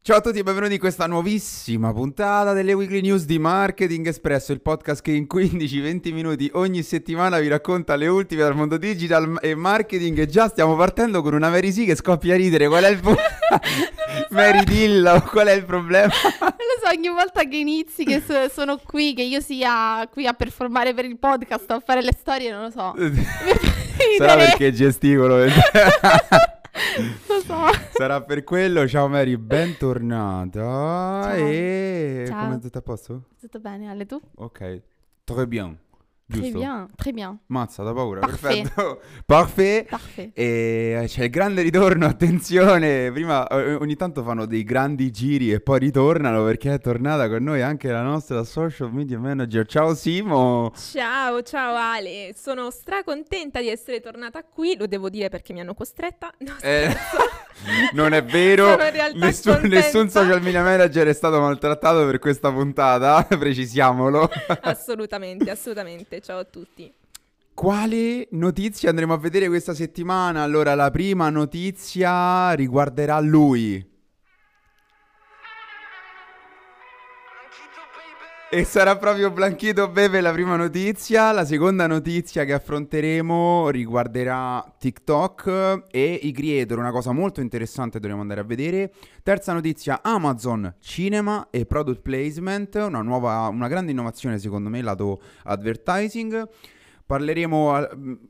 Ciao a tutti e benvenuti in questa nuovissima puntata delle Weekly News di Marketing Espresso, il podcast che in 15-20 minuti ogni settimana vi racconta le ultime dal mondo digital e marketing. E già stiamo partendo con una Mary C che scoppia a ridere. Qual è il Mary Dillo, qual è il problema? Non lo so, ogni volta che inizi che sono qui, che io sia qui a performare per il podcast o a fare le storie, non lo so. Sarà perché gesticolo. Lo so. Sarà per quello. Ciao Mary, bentornata. Ciao. E Ciao. come tutto a posto? Tutto bene, Ale, tu? Ok, très bien. Très Giusto? bien, très bien. Mazza, da paura. Parfait. Perfetto. Parfait. Parfait. E c'è il grande ritorno, attenzione. Prima ogni tanto fanno dei grandi giri e poi ritornano perché è tornata con noi anche la nostra social media manager. Ciao Simo. Ciao Ale, sono stracontenta di essere tornata qui, lo devo dire perché mi hanno costretta. No, Non è vero. Sono in realtà contenta. Nessun social media manager è stato maltrattato per questa puntata, precisiamolo. Assolutamente, ciao a tutti. Quali notizie andremo a vedere questa settimana? Allora, la prima notizia riguarderà lui. E sarà proprio Blanchito Bebe la prima notizia. La seconda notizia che affronteremo riguarderà TikTok e i creator, una cosa molto interessante dovremo andare a vedere. Terza notizia, Amazon, cinema e product placement, una grande innovazione secondo me lato advertising. Parleremo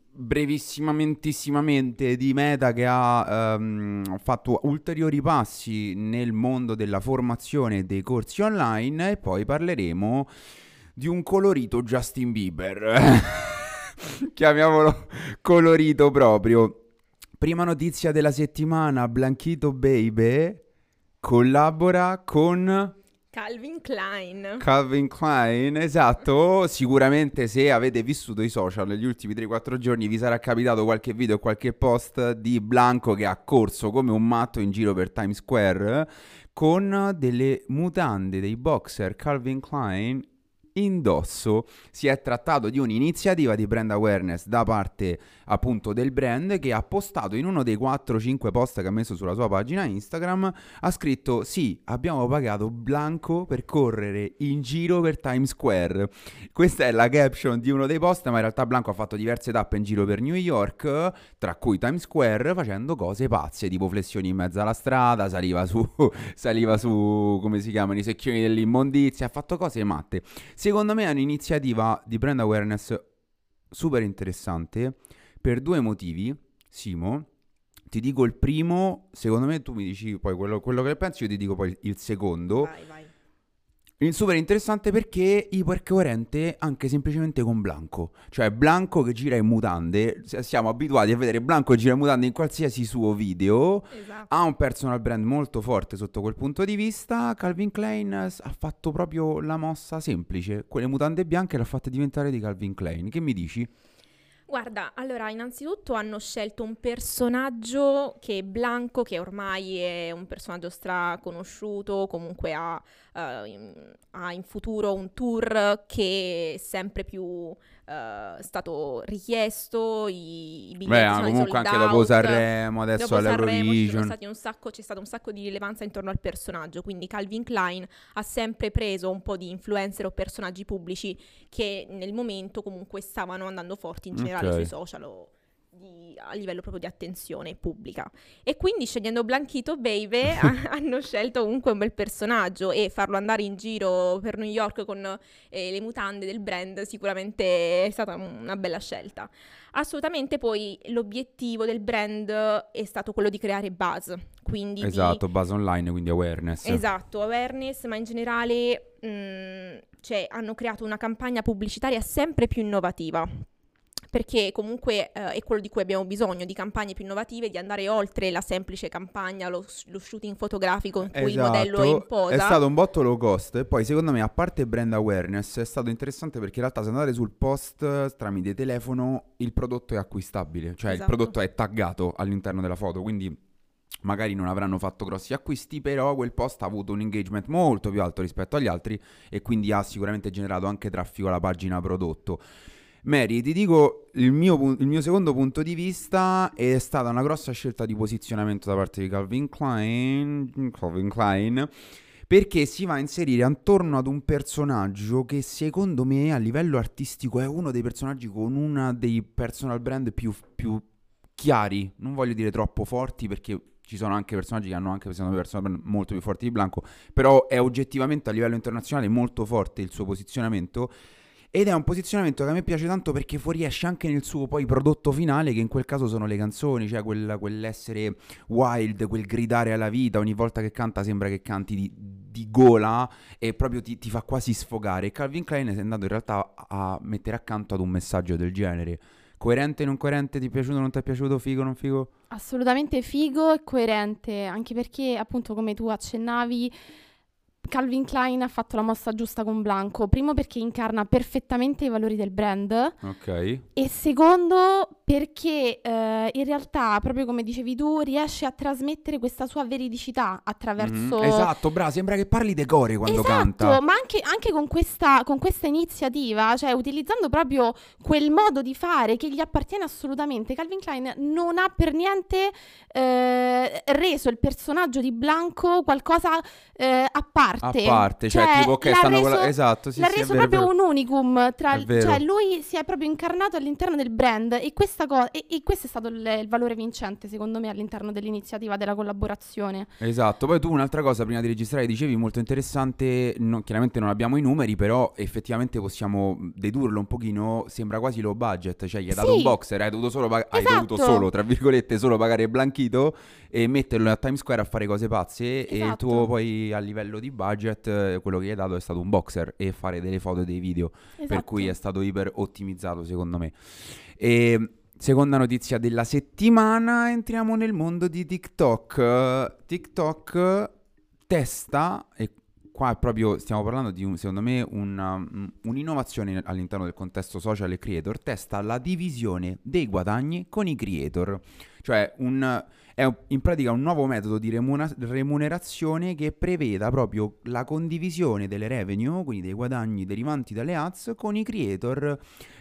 brevissimamentisssimamente di Meta che ha fatto ulteriori passi nel mondo della formazione e dei corsi online e poi parleremo di un colorito Justin Bieber. Chiamiamolo colorito proprio. Prima notizia della settimana, Blanchito Baby collabora con Calvin Klein, esatto. Sicuramente se avete vissuto i social negli ultimi 3-4 giorni vi sarà capitato qualche video o qualche post di Blanco che ha corso come un matto in giro per Times Square con delle mutande dei boxer Calvin Klein indosso. Si è trattato di un'iniziativa di brand awareness da parte appunto del brand che ha postato in uno dei 4-5 post che ha messo sulla sua pagina Instagram, ha scritto: sì, abbiamo pagato Blanco per correre in giro per Times Square. Questa è la caption di uno dei post, ma in realtà Blanco ha fatto diverse tappe in giro per New York, tra cui Times Square, facendo cose pazze tipo flessioni in mezzo alla strada, saliva su come si chiamano, i secchioni dell'immondizia, ha fatto cose matte. Secondo me è un'iniziativa di brand awareness super interessante per due motivi. Simo, ti dico il primo, secondo me tu mi dici poi quello che pensi, io ti dico poi il secondo. Vai. Il super interessante perché ipercoerente anche semplicemente con Blanco. Cioè Blanco che gira in mutande, siamo abituati a vedere Blanco che gira in mutande in qualsiasi suo video. Esatto. Ha un personal brand molto forte sotto quel punto di vista. Calvin Klein ha fatto proprio la mossa semplice. Quelle mutande bianche le ha fatte diventare di Calvin Klein. Che mi dici? Guarda, allora, innanzitutto hanno scelto un personaggio che è Blanco, che ormai è un personaggio straconosciuto, comunque ha in futuro un tour che è sempre più stato richiesto, i biglietti sono comunque sold anche dopo out. Sanremo, adesso Dopo Sanremo all'Eurovision. c'è stato un sacco di rilevanza intorno al personaggio, quindi Calvin Klein ha sempre preso un po' di influencer o personaggi pubblici che nel momento comunque stavano andando forti in generale Ok. sui social o a livello proprio di attenzione pubblica. E quindi scegliendo Blanchito Baby hanno scelto comunque un bel personaggio, e farlo andare in giro per New York con le mutande del brand sicuramente è stata una bella scelta. Assolutamente. Poi l'obiettivo del brand è stato quello di creare buzz, quindi Esatto, base online, quindi awareness. Esatto, awareness, ma in generale cioè, hanno creato una campagna pubblicitaria sempre più innovativa. Perché comunque è quello di cui abbiamo bisogno, di campagne più innovative, di andare oltre la semplice campagna, lo shooting fotografico in cui il modello è in posa. È stato un botto low cost. E poi secondo me, a parte brand awareness, è stato interessante perché in realtà se andate sul post tramite telefono il prodotto è acquistabile. Cioè Esatto. il prodotto è taggato all'interno della foto, quindi magari non avranno fatto grossi acquisti, però quel post ha avuto un engagement molto più alto rispetto agli altri e quindi ha sicuramente generato anche traffico alla pagina prodotto. Mary, ti dico il mio secondo punto di vista è stata una grossa scelta di posizionamento da parte di Calvin Klein, perché si va a inserire attorno ad un personaggio che secondo me a livello artistico è uno dei personaggi con una dei personal brand più chiari, non voglio dire troppo forti perché ci sono anche personaggi che hanno anche secondo me personal brand molto più forti di Blanco, però è oggettivamente a livello internazionale molto forte il suo posizionamento. Ed è un posizionamento che a me piace tanto perché fuoriesce anche nel suo poi prodotto finale, che in quel caso sono le canzoni, cioè quell'essere wild, quel gridare alla vita, ogni volta che canta sembra che canti di gola e proprio ti fa quasi sfogare. E Calvin Klein è andato in realtà a mettere accanto ad un messaggio del genere. Coerente, non coerente, ti è piaciuto, non ti è piaciuto, figo, non figo? Assolutamente figo e coerente, anche perché appunto come tu accennavi Calvin Klein ha fatto la mossa giusta con Blanco, primo perché incarna perfettamente i valori del brand Ok. e secondo perché in realtà, proprio come dicevi tu, riesce a trasmettere questa sua veridicità attraverso... Esatto, bravo, sembra che parli decore quando Esatto, canta. ma anche con questa iniziativa, cioè utilizzando proprio quel modo di fare che gli appartiene assolutamente, Calvin Klein non ha per niente reso il personaggio di Blanco qualcosa a parte. A parte, cioè tipo ok, l'ha stanno con reso, esatto, sì, l'ha sì, è reso vero, è proprio vero. un unicum, È vero. cioè lui si è proprio incarnato all'interno del brand e e questo è stato il valore vincente secondo me all'interno dell'iniziativa della collaborazione. Esatto, poi tu un'altra cosa prima di registrare dicevi molto interessante, chiaramente non abbiamo i numeri, però effettivamente possiamo dedurlo un pochino, sembra quasi low budget, cioè gli hai dato un Sì, boxer, hai dovuto solo, hai dovuto esatto. solo, tra virgolette, solo pagare Blanchito e metterlo a Times Square a fare cose pazze e il Esatto. tuo poi a livello di budget quello che gli hai dato è stato un boxer e fare delle foto e dei video, per cui è Esatto. stato iper ottimizzato secondo me. E seconda notizia della settimana, entriamo nel mondo di TikTok. TikTok testa, e qua proprio stiamo parlando di, secondo me, un'innovazione all'interno del contesto social e creator, testa la divisione dei guadagni con i creator. Cioè in pratica un nuovo metodo di remunerazione che preveda proprio la condivisione delle revenue, quindi dei guadagni derivanti dalle ads, con i creator.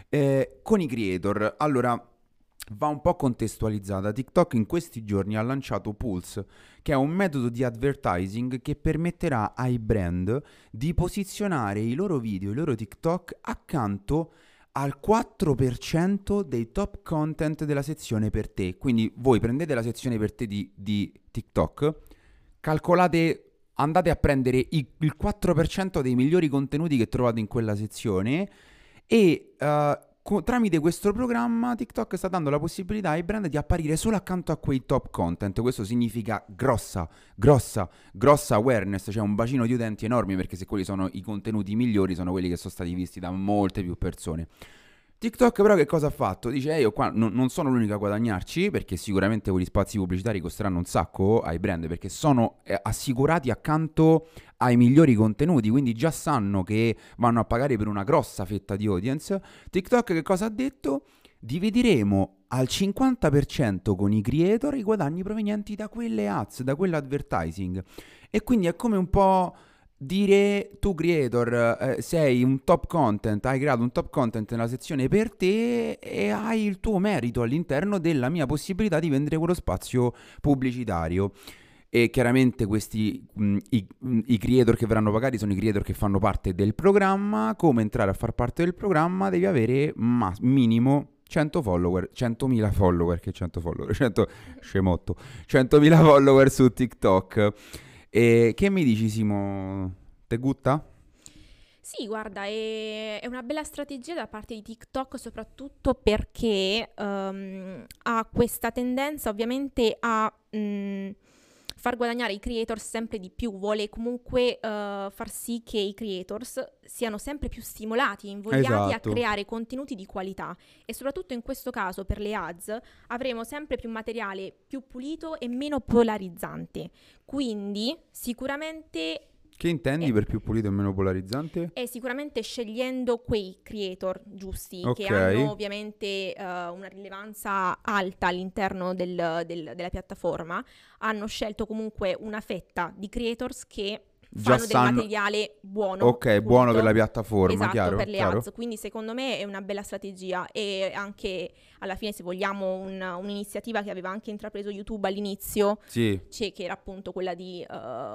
Allora, va un po' contestualizzata. TikTok in questi giorni ha lanciato Pulse, che è un metodo di advertising che permetterà ai brand di posizionare i loro video, i loro TikTok accanto al 4% dei top content della sezione per te. Quindi voi prendete la sezione per te di TikTok, calcolate, andate a prendere il 4% dei migliori contenuti che trovate in quella sezione e tramite questo programma TikTok sta dando la possibilità ai brand di apparire solo accanto a quei top content. Questo significa grossa awareness, cioè un bacino di utenti enormi, perché se quelli sono i contenuti migliori sono quelli che sono stati visti da molte più persone. TikTok però che cosa ha fatto? Dice io qua non sono l'unico a guadagnarci, perché sicuramente quegli spazi pubblicitari costeranno un sacco ai brand, perché sono assicurati accanto ai migliori contenuti, quindi già sanno che vanno a pagare per una grossa fetta di audience. TikTok che cosa ha detto? Divideremo al 50% con i creator i guadagni provenienti da quelle ads, da quell'advertising. E quindi è come un po' dire tu creator sei un top content, hai creato un top content nella sezione per te e hai il tuo merito all'interno della mia possibilità di vendere quello spazio pubblicitario. E chiaramente questi i creator che verranno pagati sono i creator che fanno parte del programma. Come entrare a far parte del programma? Devi avere minimo 100 follower, 100.000 follower, che 100 follower, 100, scemotto, 100.000 follower su TikTok. E che mi dici, Simo? Te gutta? Sì, guarda, è una bella strategia da parte di TikTok, soprattutto perché ha questa tendenza ovviamente a far guadagnare i creators sempre di più, vuole comunque far sì che i creators siano sempre più stimolati e invogliati Esatto. a creare contenuti di qualità e soprattutto in questo caso per le ads avremo sempre più materiale più pulito e meno polarizzante, quindi sicuramente Che intendi per più pulito e meno polarizzante? e sicuramente scegliendo quei creator giusti che Ok. hanno ovviamente una rilevanza alta all'interno della piattaforma, hanno scelto comunque una fetta di creators che Già fanno del sanno... materiale buono. Ok, buono per punto. la piattaforma, Esatto, chiaro, per le chiaro. ads, quindi secondo me è una bella strategia e anche alla fine, se vogliamo, un'iniziativa che aveva anche intrapreso YouTube all'inizio, Sì, che era appunto quella di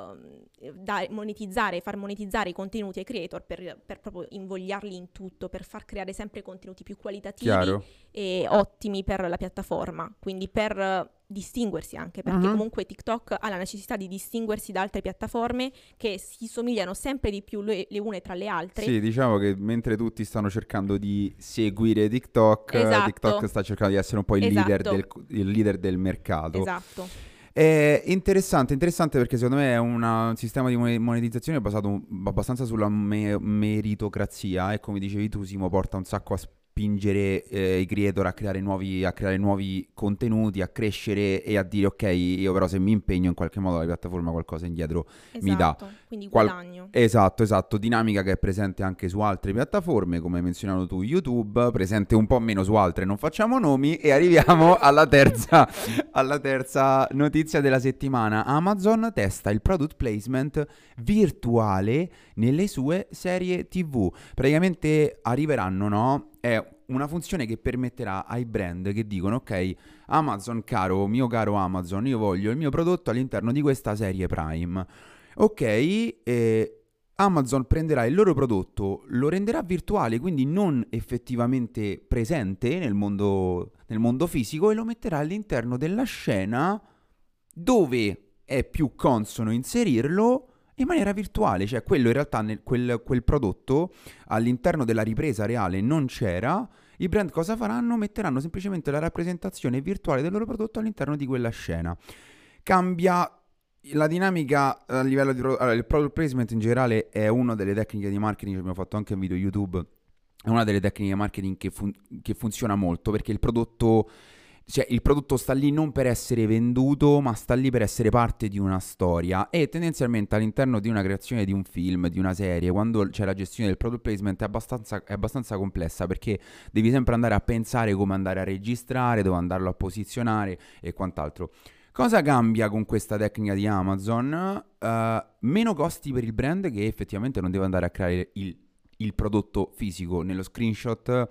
far monetizzare i contenuti ai creator per proprio invogliarli in tutto, per far creare sempre contenuti più qualitativi chiaro. e ottimi per la piattaforma, quindi per distinguersi anche, perché Mhm. comunque TikTok ha la necessità di distinguersi da altre piattaforme che si somigliano sempre di più le une tra le altre. Sì, diciamo che mentre tutti stanno cercando di seguire TikTok, Esatto. TikTok sta cercando di essere un po' il leader Esatto. il leader del mercato. Esatto. È interessante perché secondo me è un sistema di monetizzazione basato abbastanza sulla meritocrazia e come dicevi tu Simo porta un sacco a spingere i creator a creare nuovi contenuti, a crescere e a dire ok, io però se mi impegno in qualche modo la piattaforma qualcosa indietro mi dà. Esatto, quindi guadagno. Esatto, dinamica che è presente anche su altre piattaforme, come hai menzionato tu, YouTube, presente un po' meno su altre, non facciamo nomi e arriviamo alla terza notizia della settimana. Amazon testa il product placement virtuale nelle sue serie TV. Praticamente arriveranno, no? È una funzione che permetterà ai brand che dicono ok, Amazon mio caro Amazon, io voglio il mio prodotto all'interno di questa serie Prime. Ok, Amazon prenderà il loro prodotto, lo renderà virtuale, quindi non effettivamente presente nel mondo fisico e lo metterà all'interno della scena dove è più consono inserirlo in maniera virtuale, cioè quello in realtà quel prodotto all'interno della ripresa reale non c'era. I brand cosa faranno? Metteranno semplicemente la rappresentazione virtuale del loro prodotto all'interno di quella scena. Cambia la dinamica a livello di allora, il product placement in generale è una delle tecniche di marketing, abbiamo fatto anche un video YouTube, è una delle tecniche di marketing che funziona molto perché il prodotto sta lì non per essere venduto, ma sta lì per essere parte di una storia e tendenzialmente all'interno di una creazione di un film, di una serie, quando c'è la gestione del product placement è abbastanza complessa perché devi sempre andare a pensare come andare a registrare, dove andarlo a posizionare e quant'altro. Cosa cambia con questa tecnica di Amazon? Meno costi per il brand che effettivamente non deve andare a creare il prodotto fisico. Nello screenshot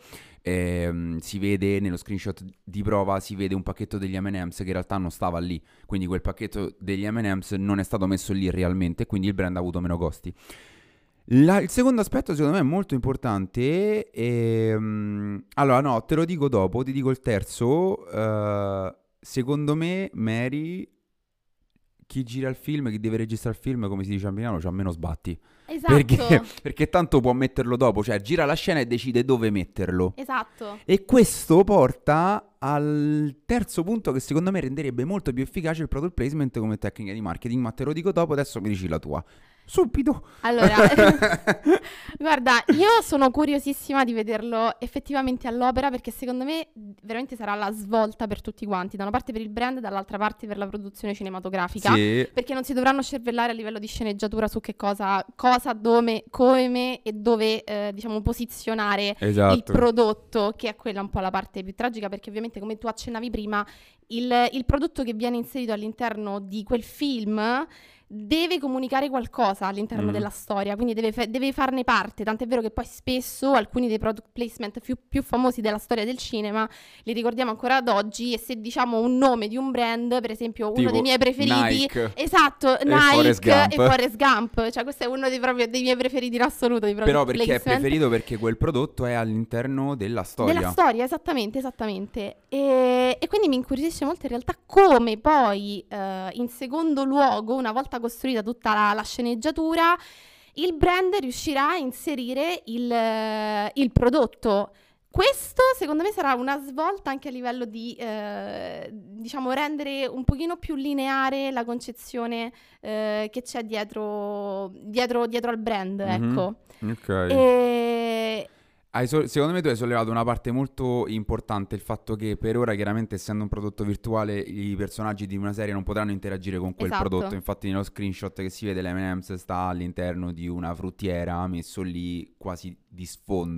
si vede, nello screenshot di prova si vede un pacchetto degli M&M's che in realtà non stava lì, quindi quel pacchetto degli M&M's non è stato messo lì realmente, quindi il brand ha avuto meno costi. Il secondo aspetto secondo me è molto importante allora no, te lo dico dopo, ti dico il terzo. Secondo me Mary, chi gira il film, chi deve registrare il film, come si dice a Milano, c'ha meno sbatti. Esatto. Perché tanto può metterlo dopo, cioè gira la scena e decide dove metterlo. Esatto. E questo porta al terzo punto che secondo me renderebbe molto più efficace il product placement come tecnica di marketing, ma te lo dico dopo, adesso mi dici la tua. Subito. Allora, guarda, io sono curiosissima di vederlo effettivamente all'opera perché secondo me veramente sarà la svolta per tutti quanti, da una parte per il brand, dall'altra parte per la produzione cinematografica, Sì, perché non si dovranno scervellare a livello di sceneggiatura su che cosa, come e dove, diciamo, posizionare il esatto. prodotto, che è quella un po' la parte più tragica, perché ovviamente come tu accennavi prima, il prodotto che viene inserito all'interno di quel film deve comunicare qualcosa all'interno della storia, quindi deve farne parte, tant'è vero che poi spesso alcuni dei product placement più famosi della storia del cinema li ricordiamo ancora ad oggi, e se diciamo un nome di un brand, per esempio Tipo uno dei miei preferiti, Nike esatto, e Nike Forrest Gump. e Forrest Gump, cioè questo è uno dei miei preferiti in assoluto di product Però perché è placement. preferito perché quel prodotto è all'interno della storia. Della storia, esattamente. E quindi mi incuriosisce molto in realtà come poi, in secondo luogo, una volta costruita tutta la sceneggiatura, il brand riuscirà a inserire il prodotto. Questo secondo me sarà una svolta anche a livello di, diciamo, rendere un pochino più lineare la concezione che c'è dietro al brand, ecco. Ok. E... Secondo me tu hai sollevato una parte molto importante, il fatto che per ora chiaramente essendo un prodotto virtuale i personaggi di una serie non potranno interagire con quel Esatto. prodotto, infatti nello screenshot che si vede l'M&M's sta all'interno di una fruttiera messo lì quasi di sfondo,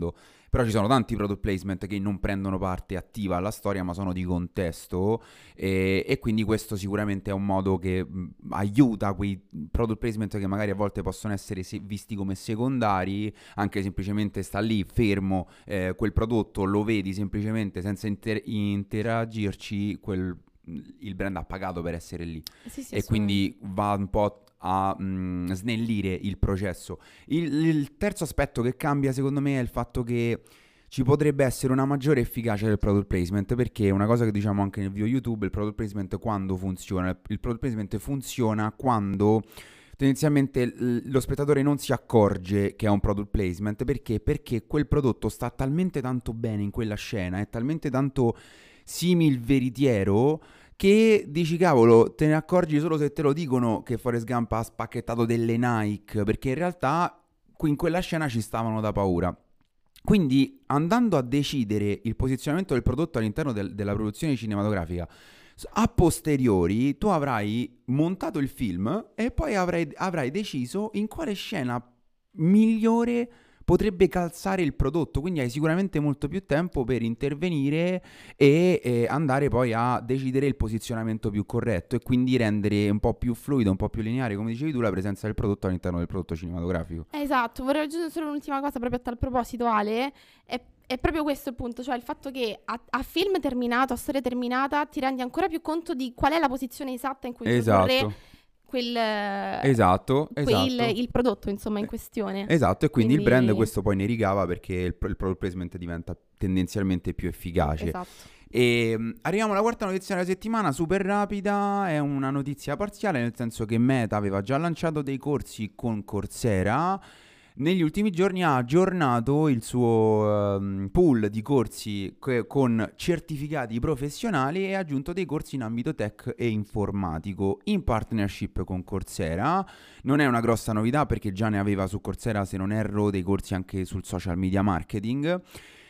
Però ci sono tanti product placement che non prendono parte attiva alla storia, ma sono di contesto, e quindi questo sicuramente è un modo che aiuta quei product placement che magari a volte possono essere visti come secondari, anche semplicemente sta lì fermo quel prodotto, lo vedi semplicemente senza interagirci, il brand ha pagato per essere lì, Sì, sì, e quindi va un po' a snellire il processo. Il terzo aspetto che cambia secondo me è il fatto che ci potrebbe essere una maggiore efficacia del product placement, perché una cosa che diciamo anche nel video YouTube, il product placement quando funziona? Il product placement funziona quando tendenzialmente lo spettatore non si accorge che è un product placement. Perché? Perché quel prodotto sta talmente tanto bene in quella scena, è talmente tanto simil veritiero, che dici cavolo, te ne accorgi solo se te lo dicono che Forrest Gump ha spacchettato delle Nike, perché in realtà qui in quella scena ci stavano da paura. Quindi andando a decidere il posizionamento del prodotto all'interno della produzione cinematografica, a posteriori tu avrai montato il film e poi avrai deciso in quale scena migliore potrebbe calzare il prodotto, quindi hai sicuramente molto più tempo per intervenire e andare poi a decidere il posizionamento più corretto, e quindi rendere un po' più fluido, un po' più lineare, come dicevi tu, la presenza del prodotto all'interno del prodotto cinematografico. Esatto, vorrei aggiungere solo un'ultima cosa proprio a tal proposito, Ale. È proprio questo il punto, cioè il fatto che a film terminato, a storia terminata, ti rendi ancora più conto di qual è la posizione esatta in cui introdurre Esatto. il prodotto, insomma, in questione. Esatto, e quindi il brand questo poi ne ricava, perché il product placement diventa tendenzialmente più efficace. Esatto. E arriviamo alla quarta notizia della settimana, super rapida, è una notizia parziale, nel senso che Meta aveva già lanciato dei corsi con Coursera. Negli ultimi giorni ha aggiornato il suo pool di corsi con certificati professionali e ha aggiunto dei corsi in ambito tech e informatico in partnership con Coursera. Non è una grossa novità, perché già ne aveva su Coursera, se non erro, dei corsi anche sul social media marketing.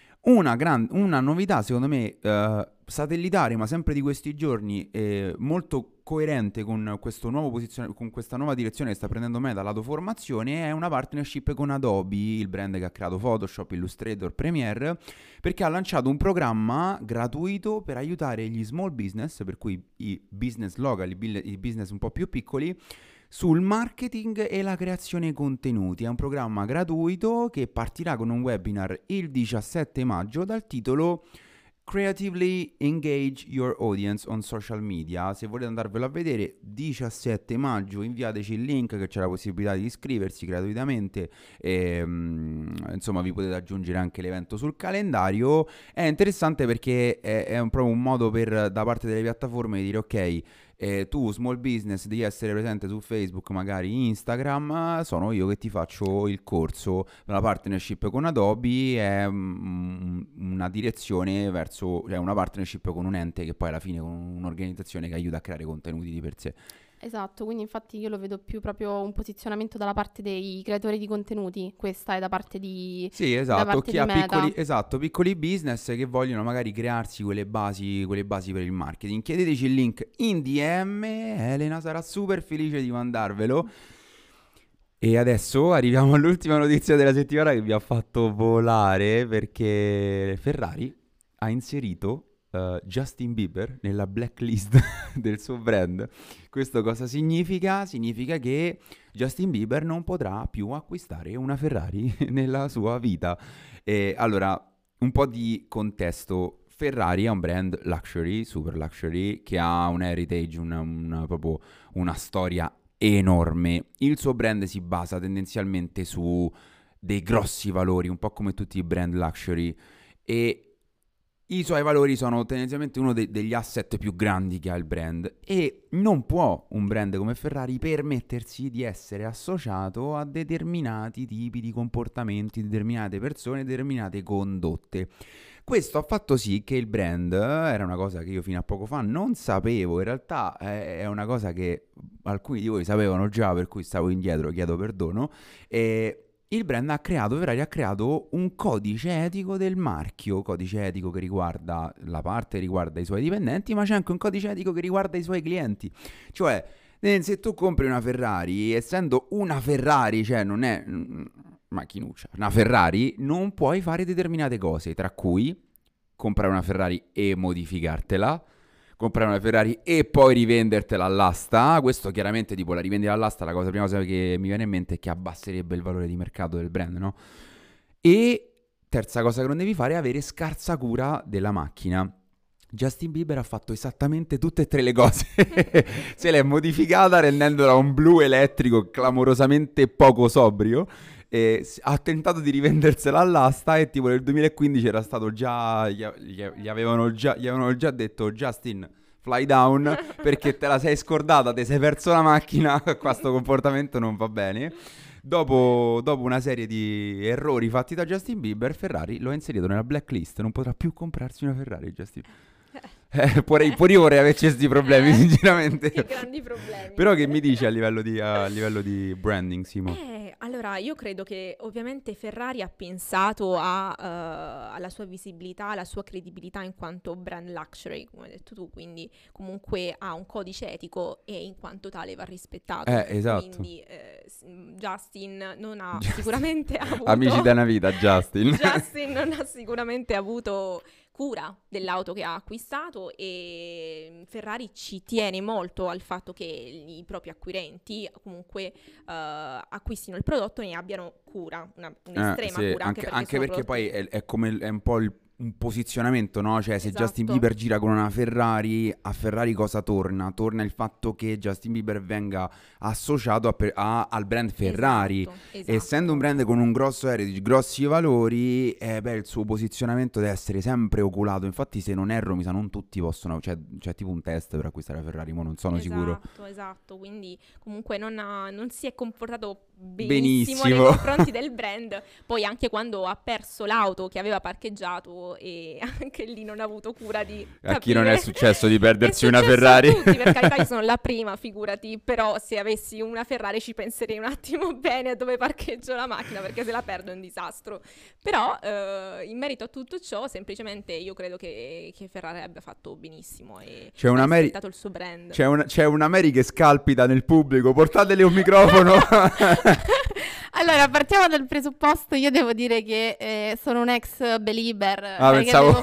Una novità secondo me satellitare, ma sempre di questi giorni, molto coerente con questo nuovo con questa nuova direzione che sta prendendo Meta lato formazione, è una partnership con Adobe, il brand che ha creato Photoshop, Illustrator, Premiere, perché ha lanciato un programma gratuito per aiutare gli small business, per cui i business local, i business un po' più piccoli, sul marketing e la creazione contenuti. È un programma gratuito che partirà con un webinar il 17 maggio dal titolo Creatively Engage Your Audience on Social Media. Se volete andarvelo a vedere, 17 maggio, inviateci il link, che c'è la possibilità di iscriversi gratuitamente e, insomma, vi potete aggiungere anche l'evento sul calendario. È interessante perché è proprio un modo da parte delle piattaforme di dire ok, tu small business devi essere presente su Facebook, magari Instagram, sono io che ti faccio il corso. La partnership con Adobe è una direzione verso, cioè una partnership con un ente che poi alla fine con un'organizzazione che aiuta a creare contenuti di per sé. Esatto, quindi infatti io lo vedo più proprio un posizionamento dalla parte dei creatori di contenuti, questa è da parte di Sì, da esatto, parte chi di ha Meta. piccoli business che vogliono magari crearsi quelle basi per il marketing. Chiedeteci il link in DM, Elena sarà super felice di mandarvelo. E adesso arriviamo all'ultima notizia della settimana che vi ha fatto volare, perché Ferrari ha inserito Justin Bieber nella blacklist del suo brand. Questo cosa significa? Significa che Justin Bieber non potrà più acquistare una Ferrari nella sua vita. E allora, un po' di contesto. Ferrari è un brand luxury, super luxury, che ha un heritage, proprio una storia enorme. Il suo brand si basa tendenzialmente su dei grossi valori, un po' come tutti i brand luxury, e i suoi valori sono tendenzialmente uno degli asset più grandi che ha il brand, e non può un brand come Ferrari permettersi di essere associato a determinati tipi di comportamenti, determinate persone, determinate condotte. Questo ha fatto sì che il brand, era una cosa che io fino a poco fa non sapevo, in realtà è una cosa che alcuni di voi sapevano già, per cui stavo indietro, chiedo perdono, il brand Ferrari ha creato un codice etico del marchio, codice etico che riguarda la parte che riguarda i suoi dipendenti, ma c'è anche un codice etico che riguarda i suoi clienti. Cioè, se tu compri una Ferrari, essendo una Ferrari, cioè non è macchinuccia, una Ferrari, non puoi fare determinate cose, tra cui comprare una Ferrari e modificartela, comprare una Ferrari e poi rivendertela all'asta. Questo chiaramente, tipo, la rivendi all'asta, la prima cosa che mi viene in mente è che abbasserebbe il valore di mercato del brand, no? E terza cosa che non devi fare è avere scarsa cura della macchina. Justin Bieber ha fatto esattamente tutte e tre le cose. Se l'è modificata rendendola un blu elettrico clamorosamente poco sobrio. E ha tentato di rivendersela all'asta e tipo nel 2015 era stato già gli avevano già detto: Justin, fly down, perché te la sei scordata, ti sei perso la macchina, questo comportamento non va bene. Dopo una serie di errori fatti da Justin Bieber, Ferrari lo ha inserito nella blacklist, non potrà più comprarsi una Ferrari, Justin. Pure io vorrei averci questi problemi, sinceramente. Che grandi problemi. Però che mi dici a livello di branding, Simo? Allora, io credo che ovviamente Ferrari ha pensato alla sua visibilità, alla sua credibilità in quanto brand luxury, come hai detto tu, quindi comunque ha un codice etico e in quanto tale va rispettato. Esatto. Quindi Justin non ha sicuramente avuto... Amici da una vita, Justin. Justin non ha sicuramente avuto cura dell'auto che ha acquistato e Ferrari ci tiene molto al fatto che i propri acquirenti comunque acquistino il prodotto e ne abbiano cura, un'estrema sì, cura. Anche perché poi è come è un po' un posizionamento, no? Cioè, se Esatto. Justin Bieber gira con una Ferrari, a Ferrari cosa torna? Torna il fatto che Justin Bieber venga associato al brand Ferrari. Esatto. Essendo un brand con un grosso heritage, grossi valori, il suo posizionamento deve essere sempre oculato. Infatti, se non erro, mi sa non tutti possono, c'è tipo un test per acquistare la Ferrari, ma non sono sicuro. Esatto, quindi comunque non si è comportato Benissimo nei confronti del brand. Poi anche quando ha perso l'auto che aveva parcheggiato, e anche lì non ha avuto cura di capire. A chi non è successo di perdersi una È successo Ferrari? a tutti, per carità, io sono la prima, figurati, però se avessi una Ferrari ci penserei un attimo bene a dove parcheggio la macchina, perché se la perdo è un disastro. Però in merito a tutto ciò, semplicemente io credo che Ferrari abbia fatto benissimo e ha rispettato il suo brand. C'è una Mary che scalpita nel pubblico, portatele un microfono. Allora, partiamo dal presupposto, io devo dire che sono un ex belieber. Pensavo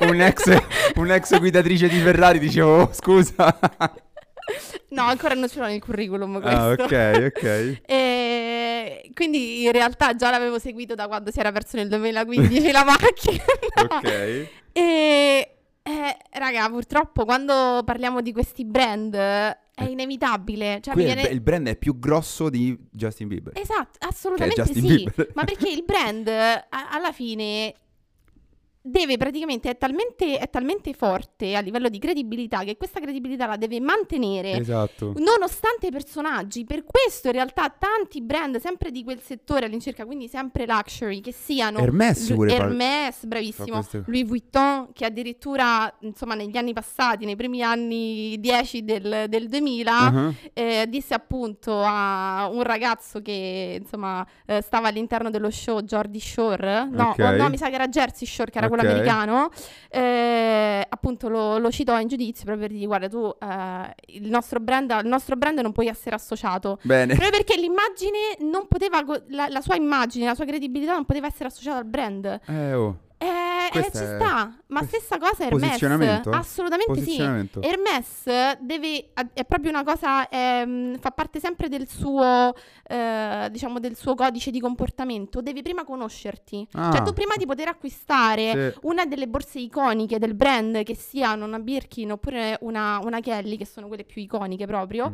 un'ex guidatrice di Ferrari, dicevo, scusa. No, ancora non ce l'ho nel curriculum questo. Ok. E quindi in realtà già l'avevo seguito da quando si era perso nel 2015 la macchina. Ok. E raga, purtroppo quando parliamo di questi brand è inevitabile. Cioè, il brand è più grosso di Justin Bieber. Esatto, assolutamente Justin sì. Bieber. Ma perché il brand alla fine deve praticamente è talmente forte a livello di credibilità che questa credibilità la deve mantenere. Esatto. Nonostante i personaggi. Per questo in realtà tanti brand sempre di quel settore all'incirca, quindi sempre luxury, che siano Hermès bravissimo, Louis Vuitton, che addirittura insomma negli anni passati, nei primi anni 10 del 2000 disse appunto a un ragazzo che insomma stava all'interno dello show, Geordie Shore, no, mi sa che era Jersey Shore, che era quello americano, appunto lo citò in giudizio proprio per dire: guarda, tu il nostro brand non puoi essere associato. Bene. Proprio perché l'immagine non poteva la sua immagine, la sua credibilità non poteva essere associata al brand. Ci sta, ma stessa cosa Hermès. Posizionamento? Assolutamente sì. Hermès è proprio una cosa, fa parte sempre del suo, diciamo, del suo codice di comportamento. Devi prima conoscerti. Cioè tu prima di poter acquistare una delle borse iconiche del brand, che siano una Birkin oppure una Kelly, che sono quelle più iconiche proprio,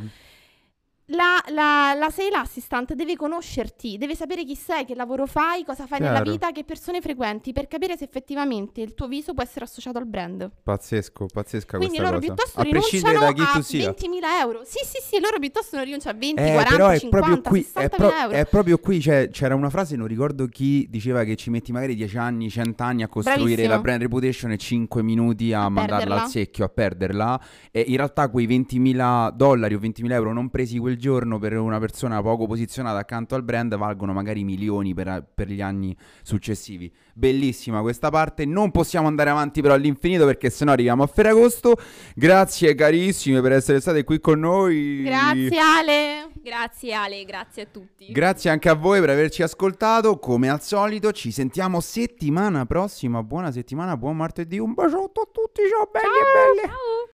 la sale assistant deve conoscerti, deve sapere chi sei, che lavoro fai, cosa fai nella vita, che persone frequenti, per capire se effettivamente il tuo viso può essere associato al brand. Pazzesca quindi questa loro cosa. piuttosto rinunciano a 20.000 euro. Sì, loro piuttosto rinunciano a 20, 40, però 50, 60.000 euro. È proprio qui, cioè, c'era una frase, non ricordo chi, diceva che ci metti magari 10 anni, 100 anni a costruire la brand reputation e 5 minuti a mandarla al secchio, a perderla. E in realtà quei $20.000 o 20.000 euro non presi quel giorno per una persona poco posizionata accanto al brand valgono magari milioni per gli anni successivi. Bellissima questa parte. Non possiamo andare avanti però all'infinito, perché sennò arriviamo a Ferragosto. Grazie carissime per essere state qui con noi. Grazie Ale. Grazie Ale, grazie a tutti. Grazie anche a voi per averci ascoltato. Come al solito, ci sentiamo settimana prossima. Buona settimana, buon martedì. Un baciotto a tutti. Ciao belli e belle. Ciao.